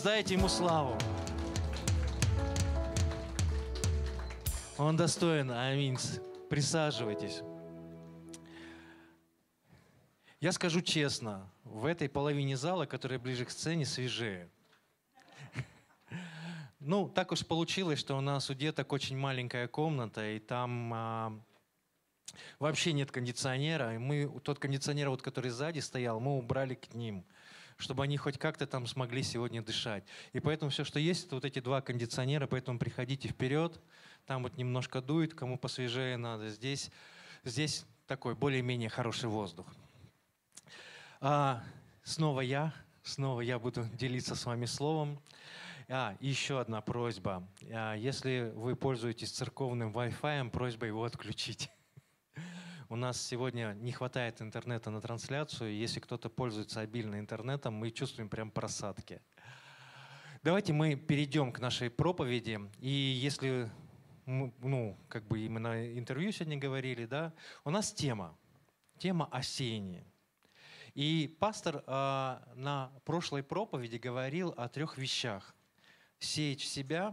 Воздайте Ему славу. Он достоин. Аминь. Присаживайтесь. Я скажу честно, в этой половине зала, которая ближе к сцене, свежее. Ну, так уж получилось, что у нас у деток очень маленькая комната, и там вообще нет кондиционера. И мы тот кондиционер, вот, который сзади стоял, мы убрали к ним, чтобы они хоть как-то там смогли сегодня дышать. И поэтому все, что есть, это вот эти два кондиционера, поэтому приходите вперед. Там вот немножко дует, кому посвежее надо. Здесь такой более-менее хороший воздух. Снова я буду делиться с вами словом. Еще одна просьба. Если вы пользуетесь церковным Wi-Fi, просьба его отключить. У нас сегодня не хватает интернета на трансляцию. Если кто-то пользуется обильно интернетом, мы чувствуем прям просадки. Давайте мы перейдем к нашей проповеди. И если, как бы и мы на интервью сегодня говорили, да, у нас тема о сеянии. И пастор на прошлой проповеди говорил о 3 вещах. Сеять в себя,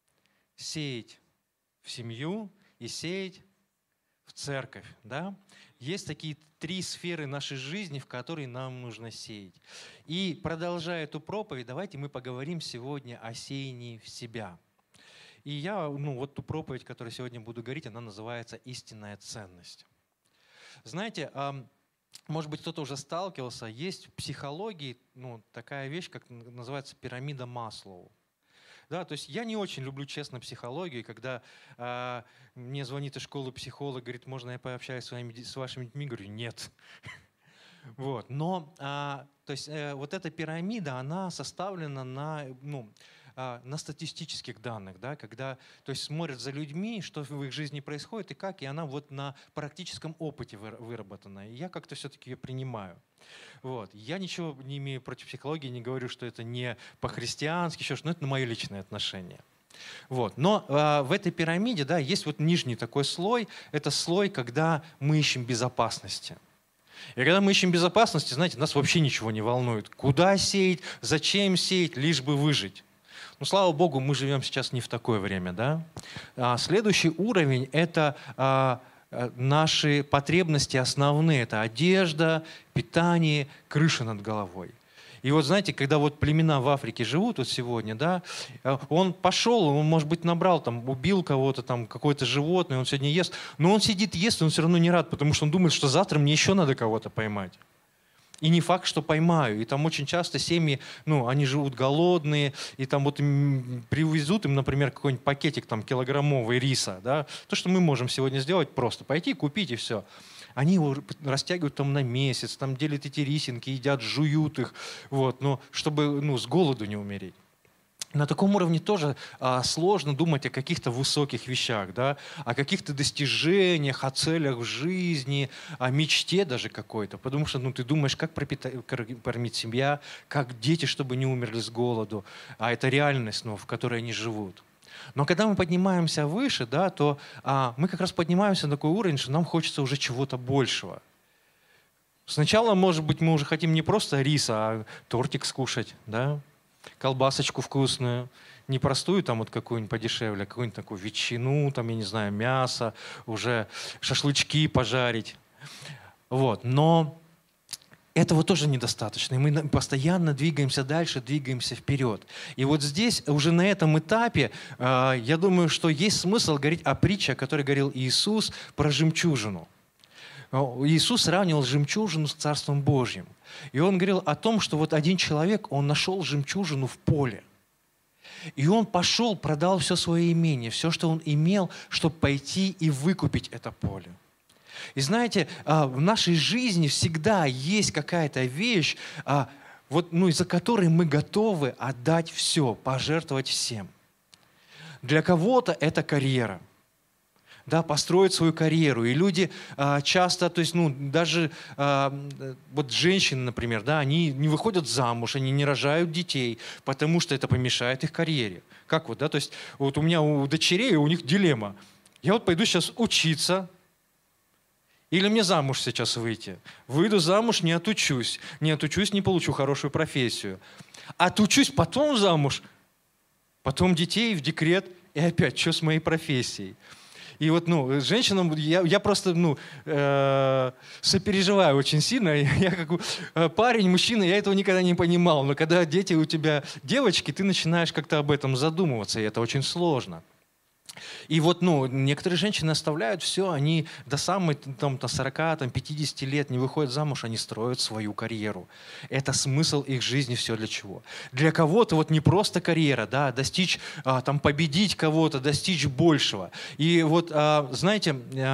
сеять в семью и сеять в церковь. Да? Есть такие 3 сферы нашей жизни, в которые нам нужно сеять. И продолжая эту проповедь, давайте мы поговорим сегодня о сеянии в себя. И я, вот ту проповедь, которую сегодня буду говорить, она называется «Истинная ценность». Знаете, может быть, кто-то уже сталкивался, есть в психологии такая вещь, как называется пирамида Маслоу. Да, то есть я не очень люблю, честно, психологию, когда мне звонит из школы психолог, говорит, можно я пообщаюсь с вашими детьми? Говорю, нет. Вот. Но то есть, вот эта пирамида, она составлена на статистических данных, да, когда то есть смотрят за людьми, что в их жизни происходит и как, и она вот на практическом опыте выработана. И я как-то все-таки ее принимаю. Вот. Я ничего не имею против психологии, не говорю, что это не по-христиански, но это мое личное отношение. Вот. Но в этой пирамиде, да, есть вот нижний такой слой, это слой, когда мы ищем безопасности. И когда мы ищем безопасности, знаете, нас вообще ничего не волнует. Куда сеять, зачем сеять, лишь бы выжить. Но, слава Богу, мы живем сейчас не в такое время. Да? Следующий уровень – это наши потребности основные. Это одежда, питание, крыша над головой. И вот знаете, когда вот племена в Африке живут вот сегодня, да, он пошел, он, может быть, набрал, убил кого-то, какое-то животное, он сегодня ест, но он сидит, ест, и он все равно не рад, потому что он думает, что завтра мне еще надо кого-то поймать. И не факт, что поймаю. И там очень часто семьи, они живут голодные, и там вот им привезут им, например, какой-нибудь пакетик килограммовый риса. Да? То, что мы можем сегодня сделать, просто пойти, купить и все. Они его растягивают на месяц, делят эти рисинки, едят, жуют их, вот, но чтобы с голоду не умереть. На таком уровне тоже сложно думать о каких-то высоких вещах, да? О каких-то достижениях, о целях в жизни, о мечте даже какой-то. Потому что ты думаешь, как кормить семья, как дети, чтобы не умерли с голоду. А это реальность, в которой они живут. Но когда мы поднимаемся выше, да, то мы как раз поднимаемся на такой уровень, что нам хочется уже чего-то большего. Сначала, может быть, мы уже хотим не просто риса, а тортик скушать, да? Колбасочку вкусную, не простую какую-нибудь подешевле, а какую-нибудь такую ветчину, я не знаю, мясо, уже шашлычки пожарить. Вот. Но этого тоже недостаточно. И мы постоянно двигаемся дальше, двигаемся вперед. И вот здесь, уже на этом этапе, я думаю, что есть смысл говорить о притче, о которой говорил Иисус, про жемчужину. Иисус сравнивал жемчужину с Царством Божьим. И он говорил о том, что вот один человек, он нашел жемчужину в поле. И он пошел, продал все свое имение, все, что он имел, чтобы пойти и выкупить это поле. И знаете, в нашей жизни всегда есть какая-то вещь, из-за которой мы готовы отдать все, пожертвовать всем. Для кого-то это карьера. Да, построить свою карьеру. И люди часто, даже вот женщины, например, да, они не выходят замуж, они не рожают детей, потому что это помешает их карьере. Как вот, да, то есть вот у меня у дочерей, у них дилемма. Я вот пойду сейчас учиться, Или мне замуж сейчас выйти? Выйду замуж, не отучусь. Не отучусь, не получу хорошую профессию. Отучусь, потом замуж, потом детей в декрет, и опять, что с моей профессией? И вот, женщинам, я просто, сопереживаю очень сильно. Я как парень, мужчина, я этого никогда не понимал. Но когда дети у тебя девочки, ты начинаешь как-то об этом задумываться, и это очень сложно. И вот, некоторые женщины оставляют все, они до самой, до 40, 50 лет не выходят замуж, они строят свою карьеру. Это смысл их жизни, все для чего. Для кого-то вот не просто карьера, да, достичь, победить кого-то, достичь большего. И вот, знаете,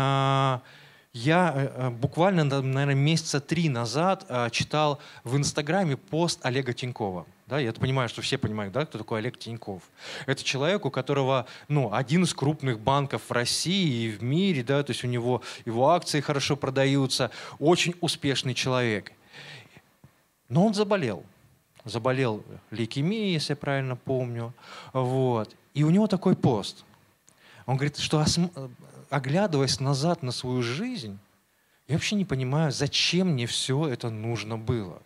я буквально, наверное, месяца 3 назад читал в Инстаграме пост Олега Тинькова. Да, я понимаю, что все понимают, да, кто такой Олег Тиньков. Это человек, у которого один из крупных банков в России и в мире, да, то есть у него его акции хорошо продаются, очень успешный человек. Но он заболел. Заболел лейкемией, если я правильно помню. Вот. И у него такой пост. Он говорит, что оглядываясь назад на свою жизнь, я вообще не понимаю, зачем мне все это нужно было.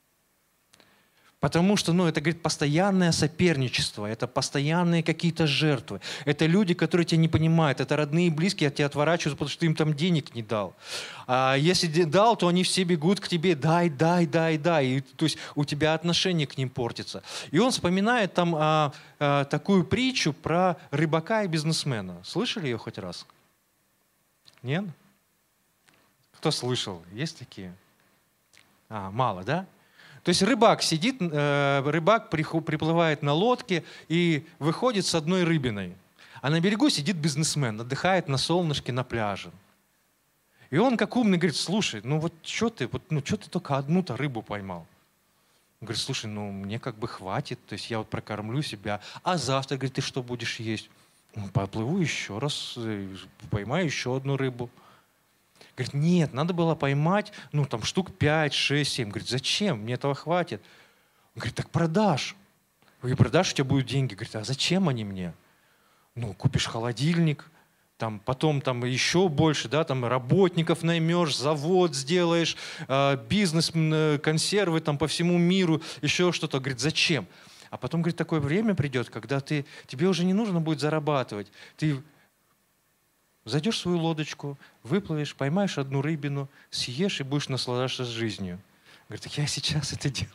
Потому что, это, говорит, постоянное соперничество, это постоянные какие-то жертвы. Это люди, которые тебя не понимают, это родные и близкие от тебя отворачиваются, потому что ты им там денег не дал. А если дал, то они все бегут к тебе, дай. И, то есть у тебя отношение к ним портится. И он вспоминает там такую притчу про рыбака и бизнесмена. Слышали ее хоть раз? Нет? Кто слышал? Есть такие? Мало, да? То есть рыбак сидит, рыбак приплывает на лодке и выходит с одной рыбиной. А на берегу сидит бизнесмен, отдыхает на солнышке на пляже. И он как умный говорит, слушай, что ты только одну-то рыбу поймал? Он говорит, слушай, мне как бы хватит, то есть я вот прокормлю себя. А завтра, говорит, ты что будешь есть? Поплыву еще раз, поймаю еще одну рыбу. Говорит, нет, надо было поймать, штук 5, 6, 7. Говорит, зачем? Мне этого хватит. Он говорит, так продашь. И продашь, у тебя будут деньги. Говорит, а зачем они мне? Купишь холодильник, потом еще больше, да, работников наймешь, завод сделаешь, бизнес, консервы по всему миру, еще что-то. Говорит, зачем? А потом, говорит, такое время придет, когда тебе уже не нужно будет зарабатывать. Ты зайдешь в свою лодочку, выплывешь, поймаешь одну рыбину, съешь и будешь наслаждаться жизнью. Говорит, так я сейчас это делаю.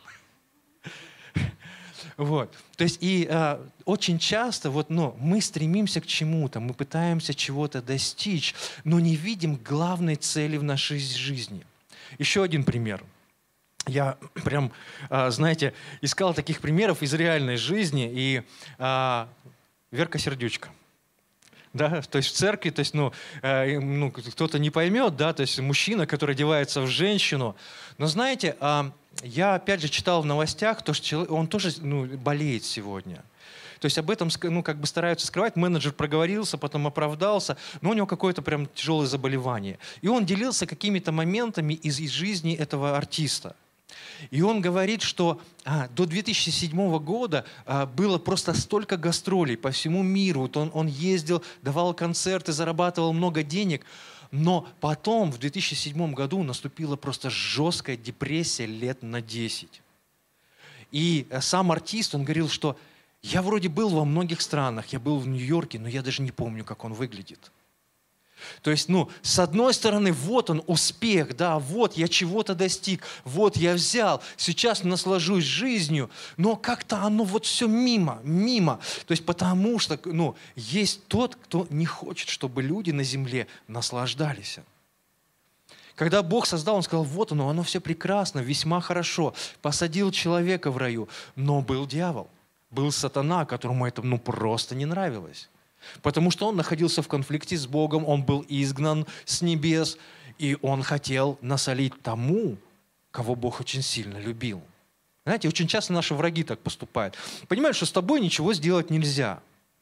Вот. То есть очень часто мы стремимся к чему-то, мы пытаемся чего-то достичь, но не видим главной цели в нашей жизни. Еще один пример. Я прям, знаете, искал таких примеров из реальной жизни, и Верка Сердючка. Да, то есть в церкви, то есть, кто-то не поймет, да, то есть мужчина, который одевается в женщину. Но знаете, я опять же читал в новостях, что он тоже болеет сегодня. То есть об этом стараются скрывать. Менеджер проговорился, потом оправдался, но у него какое-то прям тяжелое заболевание. И он делился какими-то моментами из жизни этого артиста. И он говорит, что до 2007 года было просто столько гастролей по всему миру. Он ездил, давал концерты, зарабатывал много денег. Но потом, в 2007 году, наступила просто жесткая депрессия лет на 10. И сам артист, он говорил, что я вроде был во многих странах, я был в Нью-Йорке, но я даже не помню, как он выглядит. То есть, с одной стороны, вот он, успех, да, вот я чего-то достиг, вот я взял, сейчас наслажусь жизнью, но как-то оно все мимо. То есть, потому что, есть тот, кто не хочет, чтобы люди на земле наслаждались. Когда Бог создал, Он сказал, вот оно все прекрасно, весьма хорошо, посадил человека в раю, но был дьявол, был сатана, которому это, просто не нравилось. Потому что он находился в конфликте с Богом, он был изгнан с небес, и он хотел насолить тому, кого Бог очень сильно любил. Знаете, очень часто наши враги так поступают. Понимают, что с тобой ничего сделать нельзя.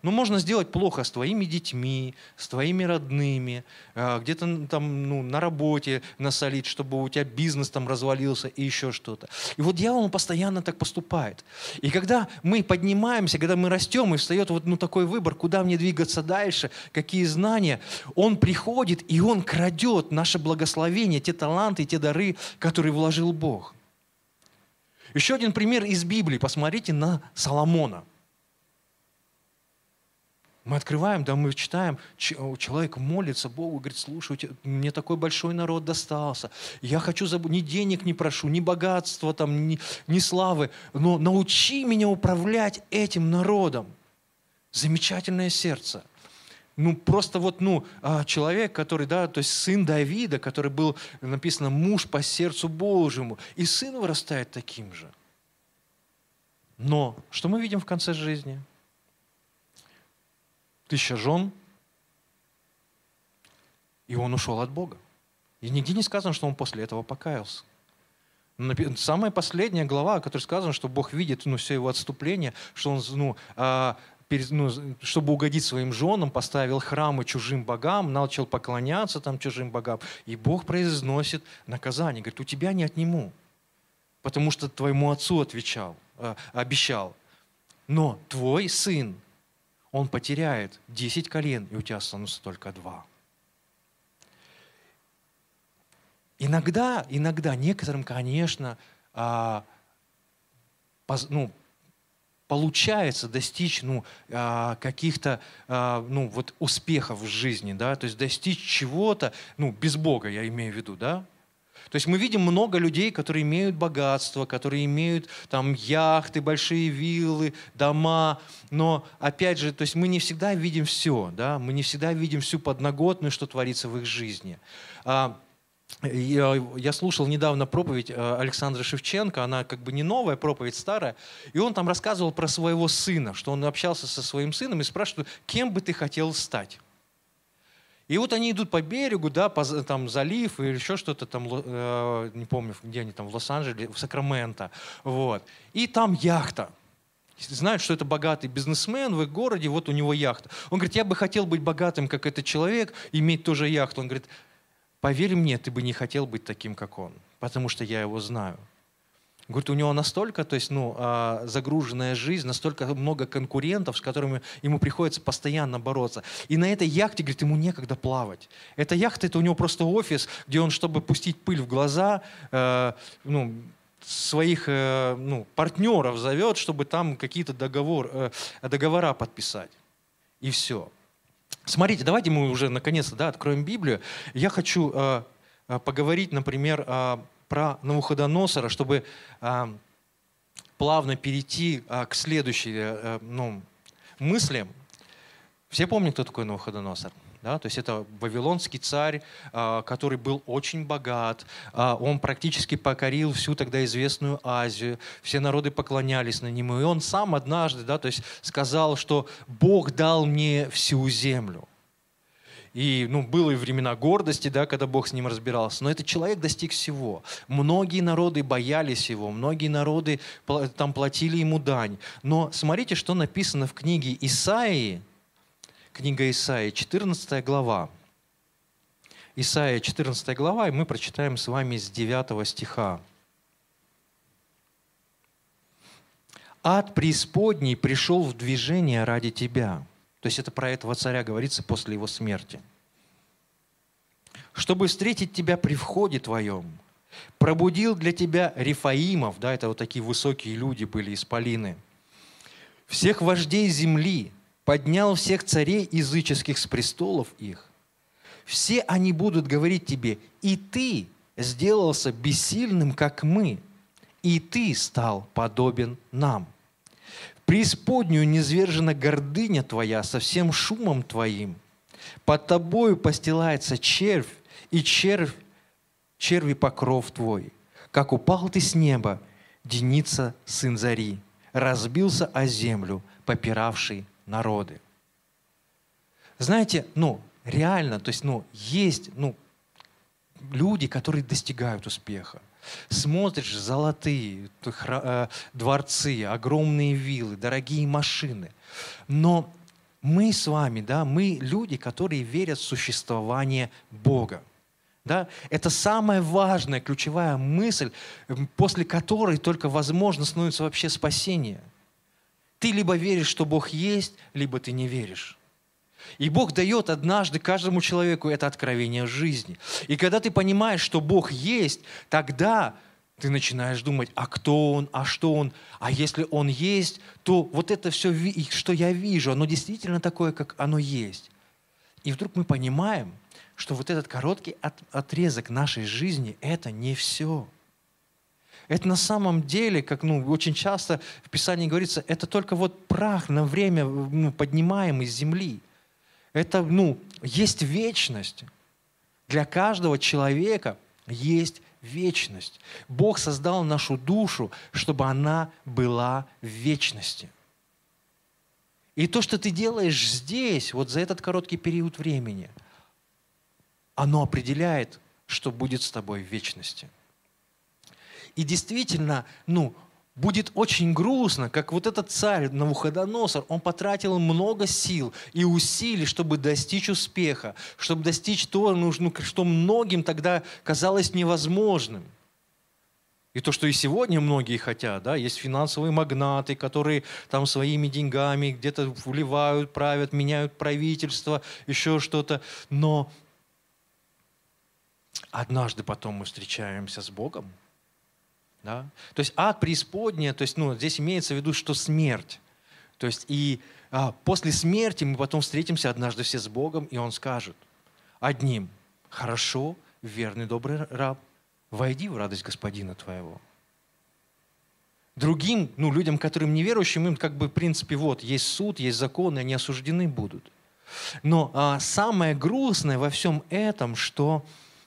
Ну, можно сделать плохо с твоими детьми, с твоими родными, где-то там на работе насолить, чтобы у тебя бизнес там развалился и еще что-то. И вот дьявол, он постоянно так поступает. И когда мы поднимаемся, когда мы растем, и встает вот такой выбор, куда мне двигаться дальше, какие знания, он приходит, и он крадет наше благословение, те таланты, те дары, которые вложил Бог. Еще один пример из Библии. Посмотрите на Соломона. Мы открываем, да, мы читаем, человек молится Богу, говорит: слушай, мне такой большой народ достался, я хочу, ни денег не прошу, ни богатства, там, ни славы, но научи меня управлять этим народом. Замечательное сердце. Просто человек, который, да, то есть сын Давида, который был, написано, муж по сердцу Божьему, и сын вырастает таким же. Но что мы видим в конце жизни? 1000 жен, и он ушел от Бога. И нигде не сказано, что он после этого покаялся. Самая последняя глава, о которой сказано, что Бог видит все его отступление, что он, чтобы угодить своим женам, поставил храмы чужим богам, начал поклоняться там чужим богам. И Бог произносит наказание. Говорит: у тебя не отниму, потому что твоему отцу обещал. Но твой сын, он потеряет 10 колен, и у тебя останутся только 2. Иногда некоторым, конечно, получается достичь каких-то успехов в жизни, да, то есть достичь чего-то, без Бога, я имею в виду, да. То есть мы видим много людей, которые имеют богатство, которые имеют там яхты, большие виллы, дома, но опять же, то есть мы не всегда видим все, да? Мы не всегда видим всю подноготную, что творится в их жизни. Я слушал недавно проповедь Александра Шевченко, она как бы не новая, проповедь старая, и он там рассказывал про своего сына, что он общался со своим сыном и спрашивает: кем бы ты хотел стать? И вот они идут по берегу, да, там залив или еще что-то там, не помню, где они там, в Лос-Анджелесе, в Сакраменто. Вот. И там яхта. Знают, что это богатый бизнесмен в их городе, вот у него яхта. Он говорит: я бы хотел быть богатым, как этот человек, иметь тоже яхту. Он говорит: поверь мне, ты бы не хотел быть таким, как он, потому что я его знаю. Говорит, у него настолько, то есть, загруженная жизнь, настолько много конкурентов, с которыми ему приходится постоянно бороться. И на этой яхте, говорит, ему некогда плавать. Эта яхта, это у него просто офис, где он, чтобы пустить пыль в глаза, своих партнеров зовет, чтобы там какие-то договора подписать. И все. Смотрите, давайте мы уже наконец-то откроем Библию. Я хочу поговорить, например, про Навуходоносора, чтобы плавно перейти к следующей мысли. Все помнят, кто такой Навуходоносор? Да? То есть это вавилонский царь, который был очень богат. Он практически покорил всю тогда известную Азию. Все народы поклонялись на нему. И он сам однажды, да, то есть сказал, что «Бог дал мне всю землю». И было и времена гордости, да, когда Бог с ним разбирался. Но этот человек достиг всего. Многие народы боялись его, многие народы там платили ему дань. Но смотрите, что написано в книге Исаии, книга Исаии, 14 глава. Исаия, 14 глава, и мы прочитаем с вами с 9 стиха. «Ад преисподней пришел в движение ради тебя». То есть это про этого царя говорится после его смерти. «Чтобы встретить тебя при входе твоем, пробудил для тебя Рефаимов», да, это вот такие высокие люди были, исполины, «всех вождей земли, поднял всех царей языческих с престолов их. Все они будут говорить тебе: и ты сделался бессильным, как мы, и ты стал подобен нам. Преисподнюю низвержена гордыня твоя со всем шумом твоим. Под тобою постилается червь, и черви покров твой. Как упал ты с неба, Деница, сын Зари, разбился о землю, попиравший народы». Знаете, реально, то есть, есть, люди, которые достигают успеха. Смотришь, золотые дворцы, огромные виллы, дорогие машины. Но Мы с вами, да, мы люди, которые верят в существование Бога. Да? Это самая важная, ключевая мысль, после которой только возможно становится вообще спасение. Ты либо веришь, что Бог есть, либо ты не веришь. И Бог дает однажды каждому человеку это откровение жизни. И когда ты понимаешь, что Бог есть, тогда ты начинаешь думать, а кто Он, а что Он, а если Он есть, то вот это все, что я вижу, оно действительно такое, как оно есть. И вдруг мы понимаем, что вот этот короткий отрезок нашей жизни – это не все. Это на самом деле, как очень часто в Писании говорится, это только вот прах на время поднимаем из земли. Это, есть вечность. Для каждого человека есть вечность. Бог создал нашу душу, чтобы она была в вечности. И то, что ты делаешь здесь, вот за этот короткий период времени, оно определяет, что будет с тобой в вечности. И действительно, будет очень грустно, как вот этот царь Навуходоносор, он потратил много сил и усилий, чтобы достичь успеха, чтобы достичь того, что многим тогда казалось невозможным. И то, что и сегодня многие хотят, да, есть финансовые магнаты, которые там своими деньгами где-то вливают, правят, меняют правительство, еще что-то. Но однажды потом мы встречаемся с Богом. Да? То есть ад, преисподняя, то есть, здесь имеется в виду, что смерть. То есть и после смерти мы потом встретимся однажды все с Богом, и Он скажет одним: хорошо, верный, добрый раб, войди в радость Господина твоего. Другим, людям, которым неверующим, им в принципе, есть суд, есть закон, и они осуждены будут. Но самое грустное во всем этом, что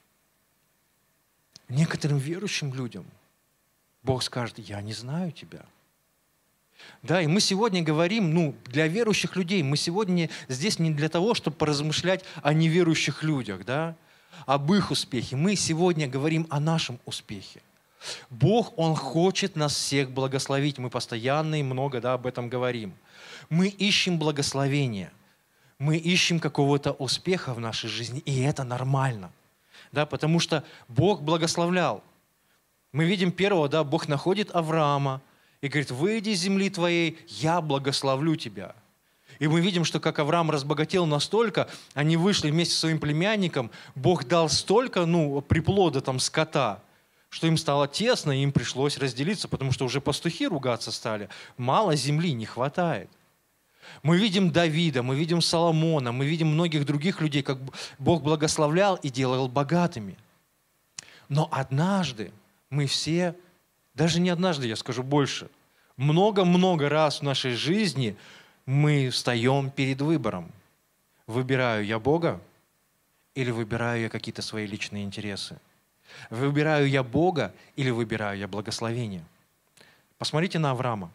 некоторым верующим людям Бог скажет: я не знаю тебя. Да, и мы сегодня говорим, для верующих людей, мы сегодня здесь не для того, чтобы поразмышлять о неверующих людях, да, об их успехе. Мы сегодня говорим о нашем успехе. Бог, Он хочет нас всех благословить. Мы постоянно и много, об этом говорим. Мы ищем благословения. Мы ищем какого-то успеха в нашей жизни, и это нормально. Да, потому что Бог благословлял. Мы видим первого, Бог находит Авраама и говорит: выйди из земли твоей, я благословлю тебя. И мы видим, что как Авраам разбогател настолько, они вышли вместе со своим племянником, Бог дал столько, приплода скота, что им стало тесно, и им пришлось разделиться, потому что уже пастухи ругаться стали. Мало земли, не хватает. Мы видим Давида, мы видим Соломона, мы видим многих других людей, как Бог благословлял и делал богатыми. Но однажды мы все, даже не однажды, я скажу больше, много-много раз в нашей жизни мы встаем перед выбором. Выбираю я Бога или выбираю я какие-то свои личные интересы? Выбираю я Бога или выбираю я благословение? Посмотрите на Авраама.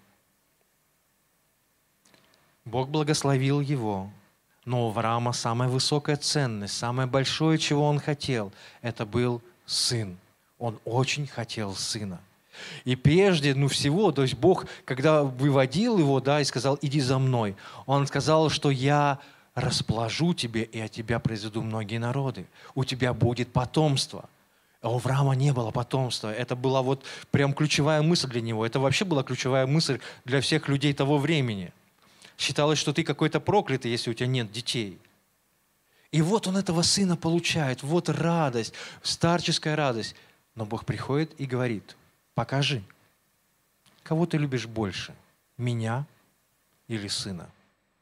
Бог благословил его, но у Авраама самая высокая ценность, самое большое, чего он хотел, это был сын. Он очень хотел сына. И прежде всего, то есть Бог, когда выводил его, и сказал: иди за мной, Он сказал, что я расположу тебе, и от тебя произведу многие народы. У тебя будет потомство. А у Авраама не было потомства. Это была прям ключевая мысль для него. Это вообще была ключевая мысль для всех людей того времени. Считалось, что ты какой-то проклятый, если у тебя нет детей. И вот он этого сына получает. Вот радость, старческая радость. Но Бог приходит и говорит: покажи, кого ты любишь больше, меня или сына?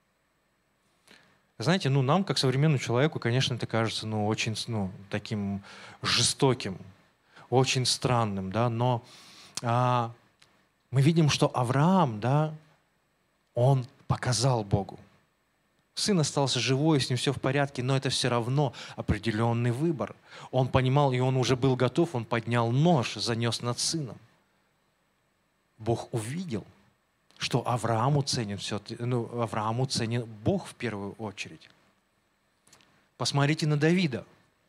Знаете, нам, как современному человеку, конечно, это кажется очень таким жестоким, очень странным, но мы видим, что Авраам, он показал Богу. Сын остался живой, с ним все в порядке, но это все равно определенный выбор. Он понимал, и он уже был готов, он поднял нож, занес над сыном. Бог увидел, что Аврааму ценен Бог в первую очередь. Посмотрите на Давида.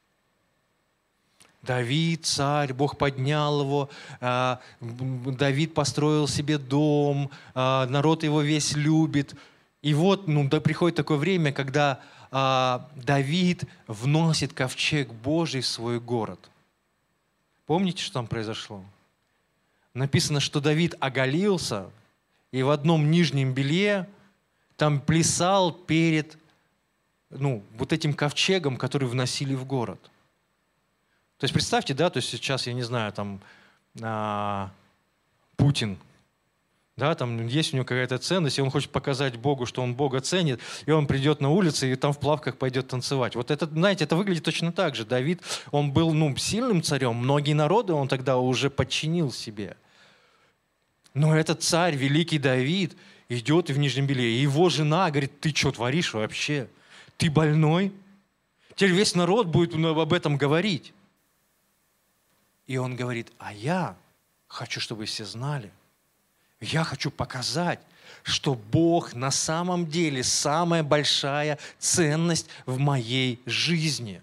Давид, царь, Бог поднял его, Давид построил себе дом, народ его весь любит. И вот да, приходит такое время, когда Давид вносит ковчег Божий в свой город. Помните, что там произошло? Написано, что Давид оголился и в одном нижнем белье там плясал перед вот этим ковчегом, который вносили в город. То есть представьте, да, то есть сейчас, я не знаю, там Путин, да, там есть у него какая-то ценность, и он хочет показать Богу, что он Бога ценит, и он придет на улицу и там в плавках пойдет танцевать. Вот это, знаете, это выглядит точно так же. Давид, он был сильным царем, многие народы он тогда уже подчинил себе. Но этот царь, великий Давид, идет в нижнем белье, и его жена говорит: ты что творишь вообще? Ты больной? Теперь весь народ будет об этом говорить. И он говорит: а я хочу, чтобы все знали. Я хочу показать, что Бог на самом деле самая большая ценность в моей жизни.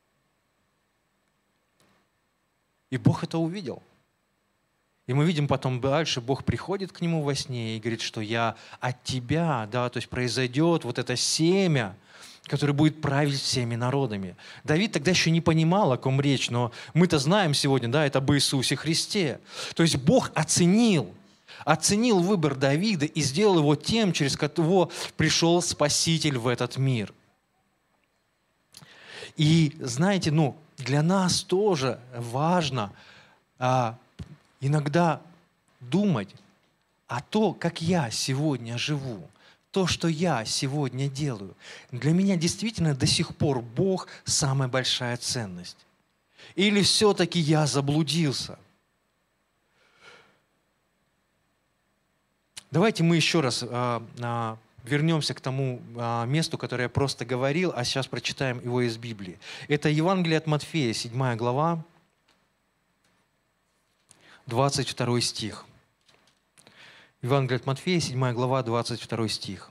И Бог это увидел. И мы видим потом дальше, Бог приходит к нему во сне и говорит, что я от тебя, да, то есть произойдет вот это семя, которое будет править всеми народами. Давид тогда еще не понимал, о ком речь, но мы-то знаем сегодня, да, это об Иисусе Христе. То есть Бог оценил выбор Давида и сделал его тем, через кого пришел Спаситель в этот мир. И знаете, для нас тоже важно иногда думать о том, как я сегодня живу, то, что я сегодня делаю. Для меня действительно до сих пор Бог самая большая ценность. Или все-таки я заблудился? Давайте мы еще раз вернемся к тому месту, которое я просто говорил, а сейчас прочитаем его из Библии. Это Евангелие от Матфея, 7 глава, 22 стих. Евангелие от Матфея, 7 глава, 22 стих.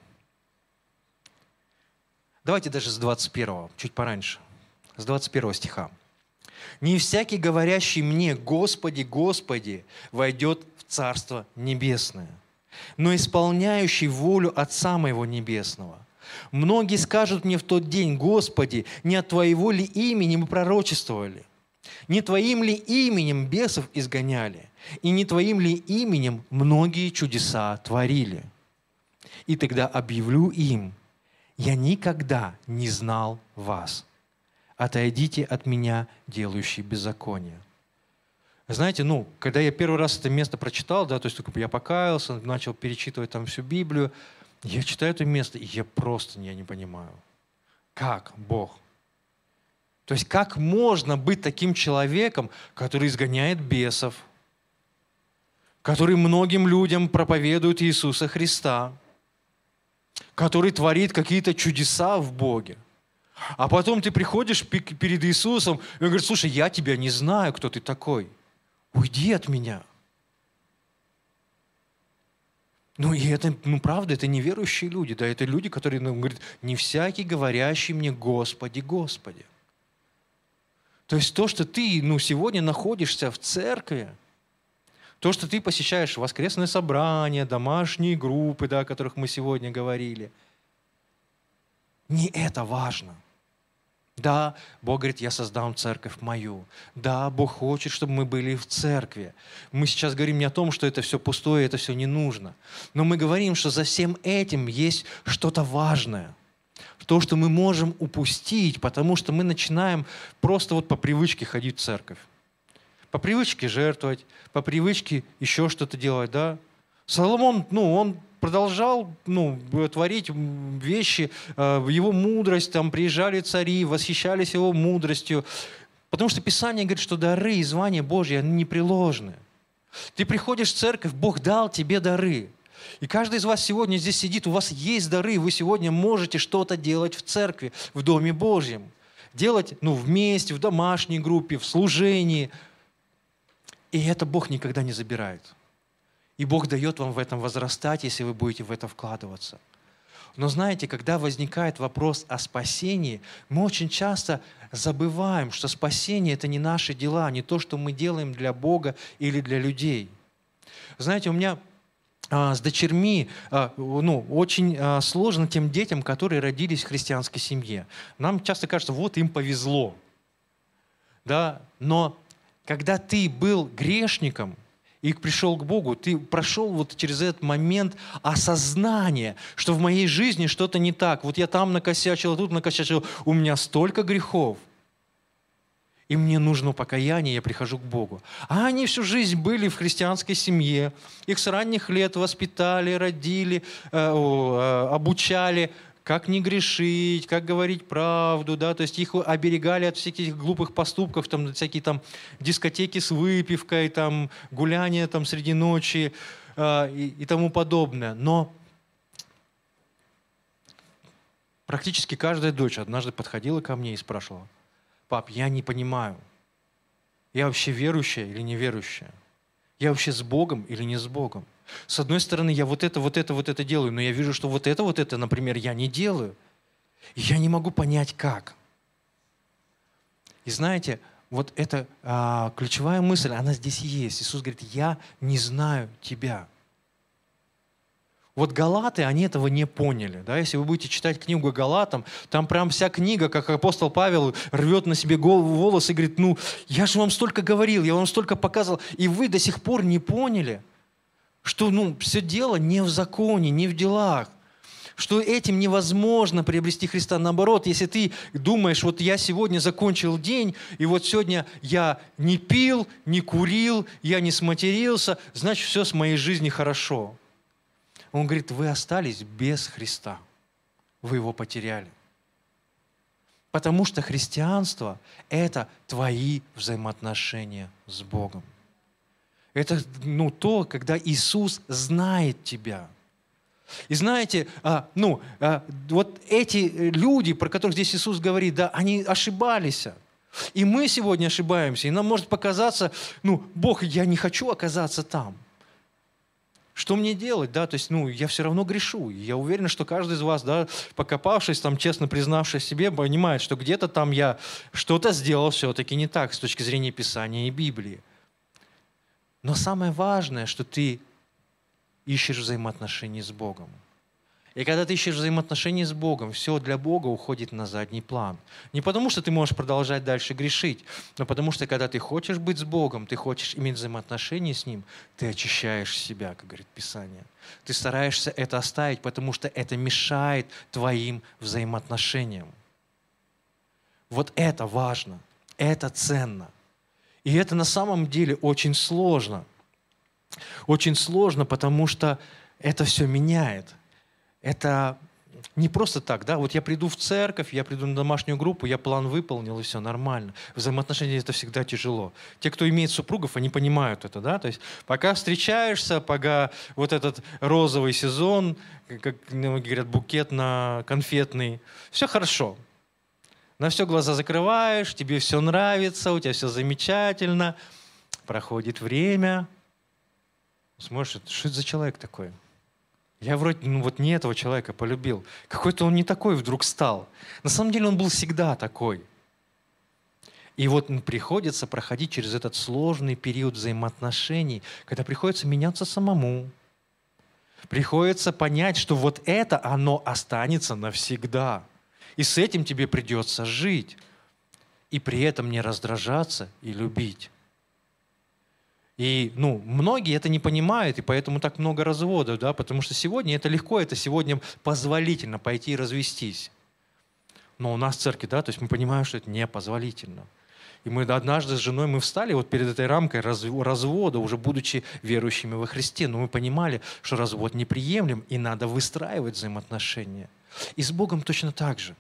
Давайте даже с 21, чуть пораньше, с 21 стиха. «Не всякий, говорящий мне: Господи, Господи, войдет в Царство Небесное, но исполняющий волю Отца Моего Небесного. Многие скажут мне в тот день: Господи, не от Твоего ли имени мы пророчествовали? Не Твоим ли именем бесов изгоняли? И не Твоим ли именем многие чудеса творили? И тогда объявлю им: я никогда не знал вас. Отойдите от меня, делающие беззаконие». Знаете, когда я первый раз это место прочитал, да, то есть я покаялся, начал перечитывать там всю Библию, я читаю это место, и я не понимаю, как Бог. То есть как можно быть таким человеком, который изгоняет бесов, который многим людям проповедует Иисуса Христа, который творит какие-то чудеса в Боге. А потом ты приходишь перед Иисусом, и он говорит: слушай, я тебя не знаю, кто ты такой. Уйди от меня. И это, правда, это неверующие люди, да, это люди, которые говорят: не всякий, говорящий мне: Господи, Господи. То есть то, что ты сегодня находишься в церкви, то, что ты посещаешь воскресные собрания, домашние группы, да, о которых мы сегодня говорили, не это важно. Да, Бог говорит: я создам церковь мою. Да, Бог хочет, чтобы мы были в церкви. Мы сейчас говорим не о том, что это все пустое, это все не нужно. Но мы говорим, что за всем этим есть что-то важное. То, что мы можем упустить, потому что мы начинаем просто по привычке ходить в церковь. По привычке жертвовать, по привычке еще что-то делать, да. Соломон, он продолжал творить вещи, его мудрость, там приезжали цари, восхищались его мудростью. Потому что Писание говорит, что дары и звания Божьи, они непреложны. Ты приходишь в церковь, Бог дал тебе дары. И каждый из вас сегодня здесь сидит, у вас есть дары, вы сегодня можете что-то делать в церкви, в Доме Божьем. Делать вместе, в домашней группе, в служении. И это Бог никогда не забирает. И Бог дает вам в этом возрастать, если вы будете в это вкладываться. Но знаете, когда возникает вопрос о спасении, мы очень часто забываем, что спасение – это не наши дела, не то, что мы делаем для Бога или для людей. Знаете, у меня с дочерьми, ну, очень сложно тем детям, которые родились в христианской семье. Нам часто кажется, вот им повезло. Да? Но когда ты был грешником и пришел к Богу, ты прошел вот через этот момент осознания, что в моей жизни что-то не так. Вот я там накосячил, тут накосячил, у меня столько грехов. И мне нужно покаяние, я прихожу к Богу. А они всю жизнь были в христианской семье. Их с ранних лет воспитали, родили, обучали, как не грешить, как говорить правду. Да? То есть их оберегали от всяких глупых поступков, там, всякие там дискотеки с выпивкой, там, гуляния там, среди ночи и тому подобное. Но практически каждая дочь однажды подходила ко мне и спрашивала: пап, я не понимаю, я вообще верующая или неверующая? Я вообще с Богом или не с Богом? С одной стороны, я вот это делаю, но я вижу, что вот это, например, я не делаю. И я не могу понять, как. И знаете, вот эта ключевая мысль, она здесь есть. Иисус говорит: я не знаю тебя. Вот Галаты, они этого не поняли. Да? Если вы будете читать книгу Галатам, там прям вся книга, как апостол Павел рвет на себе волосы и говорит: ну, я же вам столько говорил, я вам столько показывал, и вы до сих пор не поняли, что все дело не в законе, не в делах, что этим невозможно приобрести Христа. Наоборот, если ты думаешь, вот я сегодня закончил день, и вот сегодня я не пил, не курил, я не сматерился, значит, все с моей жизни хорошо. Он говорит: вы остались без Христа. Вы его потеряли. Потому что христианство – это твои взаимоотношения с Богом. Это то, когда Иисус знает тебя. И знаете, вот эти люди, про которых здесь Иисус говорит, да, они ошибались. И мы сегодня ошибаемся. И нам может показаться: Бог, я не хочу оказаться там. Что мне делать, да, то есть, я все равно грешу. И я уверен, что каждый из вас, да, покопавшись, там, честно признавшись себе, понимает, что где-то там я что-то сделал все-таки не так с точки зрения Писания и Библии. Но самое важное, что ты ищешь взаимоотношения с Богом. И когда ты ищешь взаимоотношения с Богом, все для Бога уходит на задний план. Не потому, что ты можешь продолжать дальше грешить, но потому что, когда ты хочешь быть с Богом, ты хочешь иметь взаимоотношения с Ним, ты очищаешь себя, как говорит Писание. Ты стараешься это оставить, потому что это мешает твоим взаимоотношениям. Вот это важно, это ценно. И это на самом деле очень сложно. Очень сложно, потому что это все меняет. Это не просто так, да, вот я приду в церковь, я приду на домашнюю группу, я план выполнил, и все нормально. Взаимоотношения — это всегда тяжело. Те, кто имеет супругов, они понимают это, да, то есть пока встречаешься, пока вот этот розовый сезон, как говорят, букет на конфетный, все хорошо. На все глаза закрываешь, тебе все нравится, у тебя все замечательно, проходит время, смотришь, что это за человек такой? Я вроде не этого человека полюбил. Какой-то он не такой вдруг стал. На самом деле он был всегда такой. И вот приходится проходить через этот сложный период взаимоотношений, когда приходится меняться самому. Приходится понять, что вот это, оно останется навсегда. И с этим тебе придется жить. И при этом не раздражаться и любить. И многие это не понимают, и поэтому так много разводов, да, потому что сегодня это легко, это сегодня позволительно пойти и развестись. Но у нас в церкви, да, то есть мы понимаем, что это непозволительно. И мы однажды с женой мы встали вот перед этой рамкой развода, уже будучи верующими во Христе, но мы понимали, что развод неприемлем, и надо выстраивать взаимоотношения. И с Богом точно так же.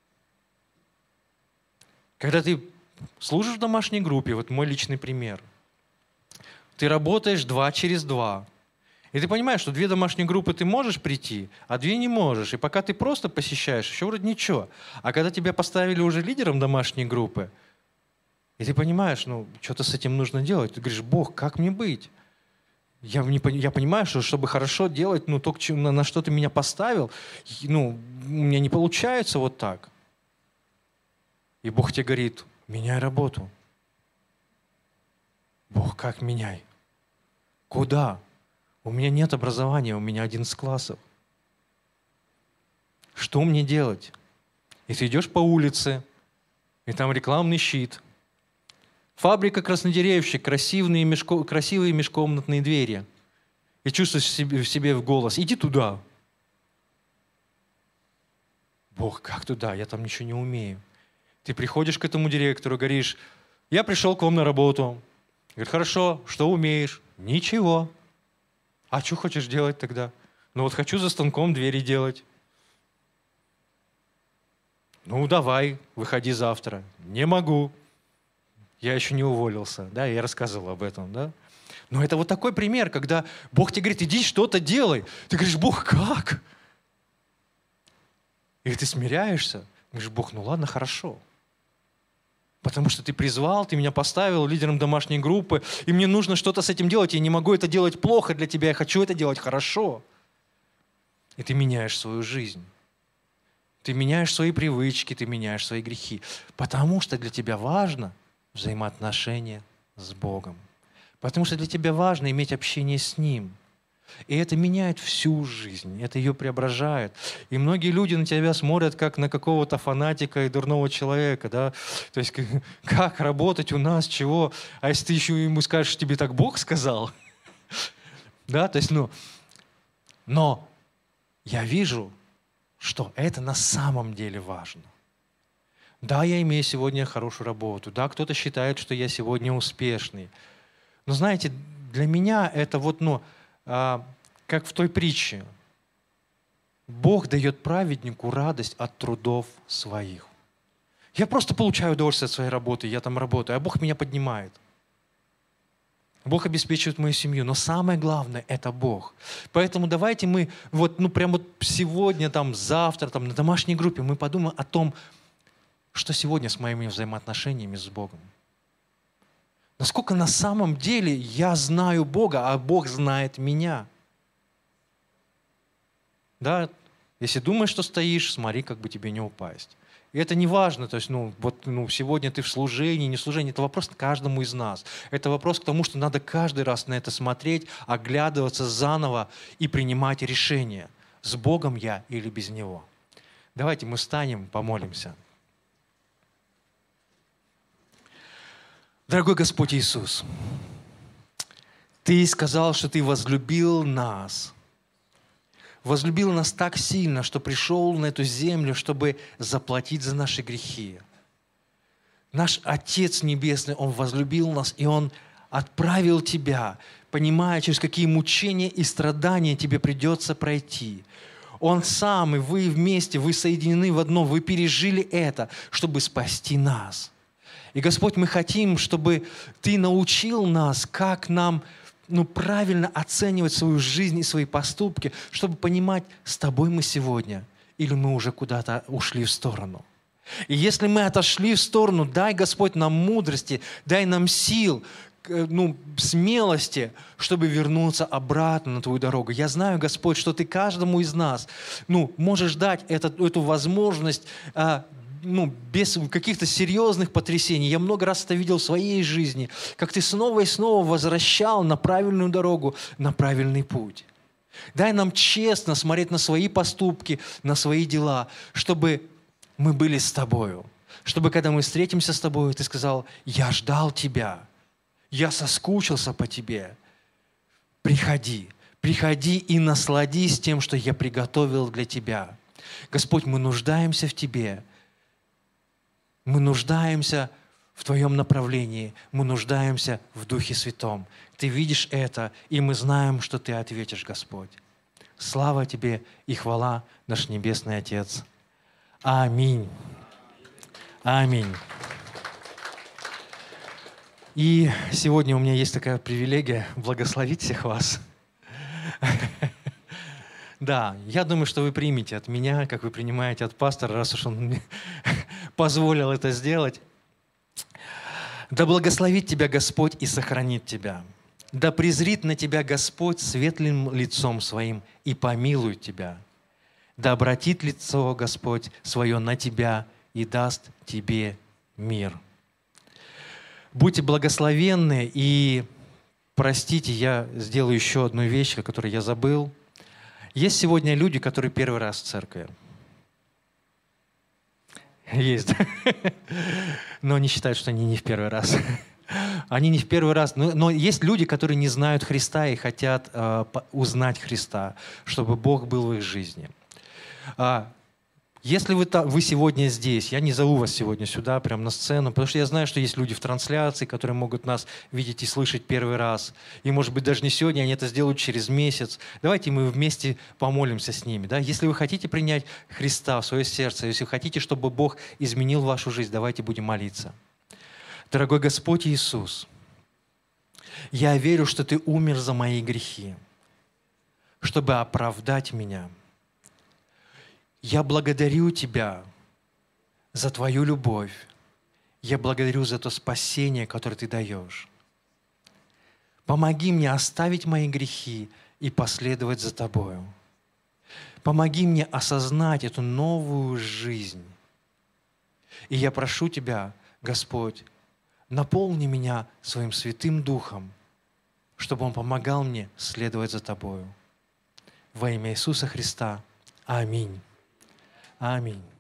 Когда ты служишь в домашней группе, вот мой личный пример, ты работаешь 2 через 2. И ты понимаешь, что 2 домашние группы ты можешь прийти, а 2 не можешь. И пока ты просто посещаешь, еще вроде ничего. А когда тебя поставили уже лидером домашней группы, и ты понимаешь, что-то с этим нужно делать. Ты говоришь: Бог, как мне быть? Я понимаю, что чтобы хорошо делать, то, на что ты меня поставил, у меня не получается вот так. И Бог тебе говорит: меняй работу. Бог, как меняй? Куда? У меня нет образования, у меня 11 классов. Что мне делать? И ты идешь по улице, и там рекламный щит. Фабрика краснодеревщик, красивые межкомнатные двери. И чувствуешь в себе в голос: иди туда. Бог, как туда? Я там ничего не умею. Ты приходишь к этому директору, говоришь: я пришел к вам на работу. Говорит: хорошо, что умеешь? Ничего. А что хочешь делать тогда? Ну вот хочу за станком двери делать. Ну давай, выходи завтра. Не могу. Я еще не уволился. Да, я рассказывал об этом, да? Но это вот такой пример, когда Бог тебе говорит: иди что-то делай. Ты говоришь: Бог, как? И ты смиряешься. Говоришь: Бог, ну ладно, хорошо. Потому что ты призвал, ты меня поставил лидером домашней группы, и мне нужно что-то с этим делать. Я не могу это делать плохо для тебя, я хочу это делать хорошо. И ты меняешь свою жизнь. Ты меняешь свои привычки, ты меняешь свои грехи. Потому что для тебя важно взаимоотношения с Богом. Потому что для тебя важно иметь общение с Ним. И это меняет всю жизнь, это ее преображает. И многие люди на тебя смотрят как на какого-то фанатика и дурного человека. Да? То есть как работать у нас, чего? А если ты еще ему скажешь: тебе так Бог сказал? Да, то есть, но я вижу, что это на самом деле важно. Да, я имею сегодня хорошую работу. Да, кто-то считает, что я сегодня успешный. Но знаете, для меня это как в той притче. Бог дает праведнику радость от трудов своих. Я просто получаю удовольствие от своей работы, я там работаю, а Бог меня поднимает. Бог обеспечивает мою семью, но самое главное – это Бог. Поэтому давайте мы прямо сегодня, завтра, на домашней группе мы подумаем о том, что сегодня с моими взаимоотношениями с Богом. Насколько на самом деле я знаю Бога, а Бог знает меня. Да? Если думаешь, что стоишь, смотри, как бы тебе не упасть. И это не важно, то есть, сегодня ты в служении, не в служении, это вопрос к каждому из нас. Это вопрос к тому, что надо каждый раз на это смотреть, оглядываться заново и принимать решение, с Богом я или без Него. Давайте мы встанем, помолимся. Дорогой Господь Иисус, Ты сказал, что Ты возлюбил нас так сильно, что пришел на эту землю, чтобы заплатить за наши грехи. Наш Отец Небесный, Он возлюбил нас, и Он отправил Тебя, понимая, через какие мучения и страдания Тебе придется пройти. Он сам и вы вместе, вы соединены в одно, вы пережили это, чтобы спасти нас. И, Господь, мы хотим, чтобы Ты научил нас, как нам правильно оценивать свою жизнь и свои поступки, чтобы понимать, с Тобой мы сегодня или мы уже куда-то ушли в сторону. И если мы отошли в сторону, дай, Господь, нам мудрости, дай нам сил, смелости, чтобы вернуться обратно на Твою дорогу. Я знаю, Господь, что Ты каждому из нас можешь дать эту возможность без каких-то серьезных потрясений. Я много раз это видел в своей жизни, как Ты снова и снова возвращал на правильную дорогу, на правильный путь. Дай нам честно смотреть на свои поступки, на свои дела, чтобы мы были с Тобою. Чтобы, когда мы встретимся с Тобою, Ты сказал: я ждал Тебя, я соскучился по Тебе. Приходи и насладись тем, что я приготовил для Тебя. Господь, мы нуждаемся в Тебе. Мы нуждаемся в Твоем направлении. Мы нуждаемся в Духе Святом. Ты видишь это, и мы знаем, что Ты ответишь, Господь. Слава Тебе и хвала, наш Небесный Отец. Аминь. Аминь. И сегодня у меня есть такая привилегия благословить всех вас. Да, я думаю, что вы примете от меня, как вы принимаете от пастора, раз уж он мне позволил это сделать. Да благословит тебя Господь и сохранит тебя. Да презрит на тебя Господь светлым лицом своим и помилует тебя. Да обратит лицо Господь свое на тебя и даст тебе мир. Будьте благословенны, и простите, я сделаю еще одну вещь, о которой я забыл. Есть сегодня люди, которые первый раз в церкви. Есть, да? Но они считают, что они не в первый раз. Они не в первый раз. Но есть люди, которые не знают Христа и хотят узнать Христа, чтобы Бог был в их жизни. Если вы сегодня здесь, я не зову вас сегодня сюда, прямо на сцену, потому что я знаю, что есть люди в трансляции, которые могут нас видеть и слышать первый раз. И, может быть, даже не сегодня, они это сделают через месяц. Давайте мы вместе помолимся с ними. Да? Если вы хотите принять Христа в свое сердце, если вы хотите, чтобы Бог изменил вашу жизнь, давайте будем молиться. Дорогой Господь Иисус, я верю, что Ты умер за мои грехи, чтобы оправдать меня. Я благодарю Тебя за Твою любовь. Я благодарю за то спасение, которое Ты даешь. Помоги мне оставить мои грехи и последовать за Тобою. Помоги мне осознать эту новую жизнь. И я прошу Тебя, Господь, наполни меня Своим Святым Духом, чтобы Он помогал мне следовать за Тобою. Во имя Иисуса Христа. Аминь. Аминь.